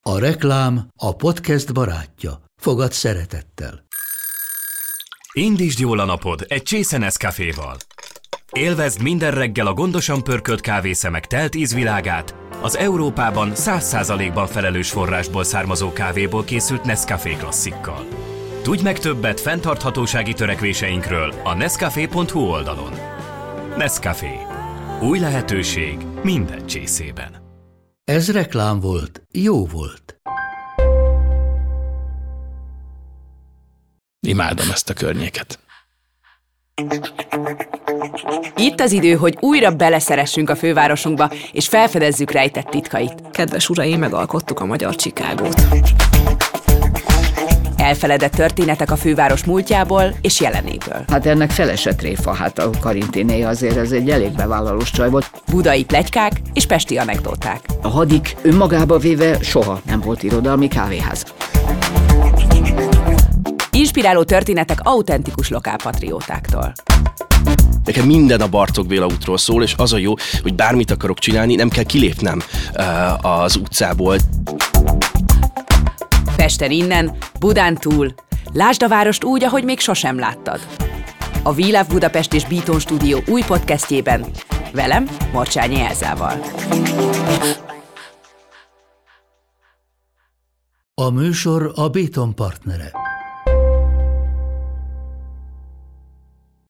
A reklám a podcast barátja. Fogad szeretettel. Indítsd jól a napod egy csésze Nescaféval. Élvezd minden reggel a gondosan pörkölt kávészemek telt ízvilágát, az Európában 100%-ban felelős forrásból származó kávéból készült Nescafé klasszikkal. Tudj meg többet fenntarthatósági törekvéseinkről a nescafé.hu oldalon. Nescafé. Új lehetőség minden csészében. Ez reklám volt, jó volt. Imádom ezt a környéket. Itt az idő, hogy újra beleszeressünk a fővárosunkba, és felfedezzük rejtett titkait. Kedves uraim, megalkottuk a magyar Chicagót. Elfeledett történetek a főváros múltjából és jelenéből. Hát ennek felesett tréfa, hát a Karintiné azért ez egy elég bevállalós csaj volt. Budai pletykák és pesti anekdóták. A Hadik önmagába véve soha nem volt irodalmi kávéház. Inspiráló történetek autentikus lokálpatriótáktól. Nekem minden a Bartók Béla útról szól, és az a jó, hogy bármit akarok csinálni, nem kell kilépnem az utcából. Pesten innen, Budán túl. Lásd a várost úgy, ahogy még sosem láttad. A We Love Budapest és Beaton Studio új podcastjében velem, Morcsányi Elzával. A műsor a Beaton partnere.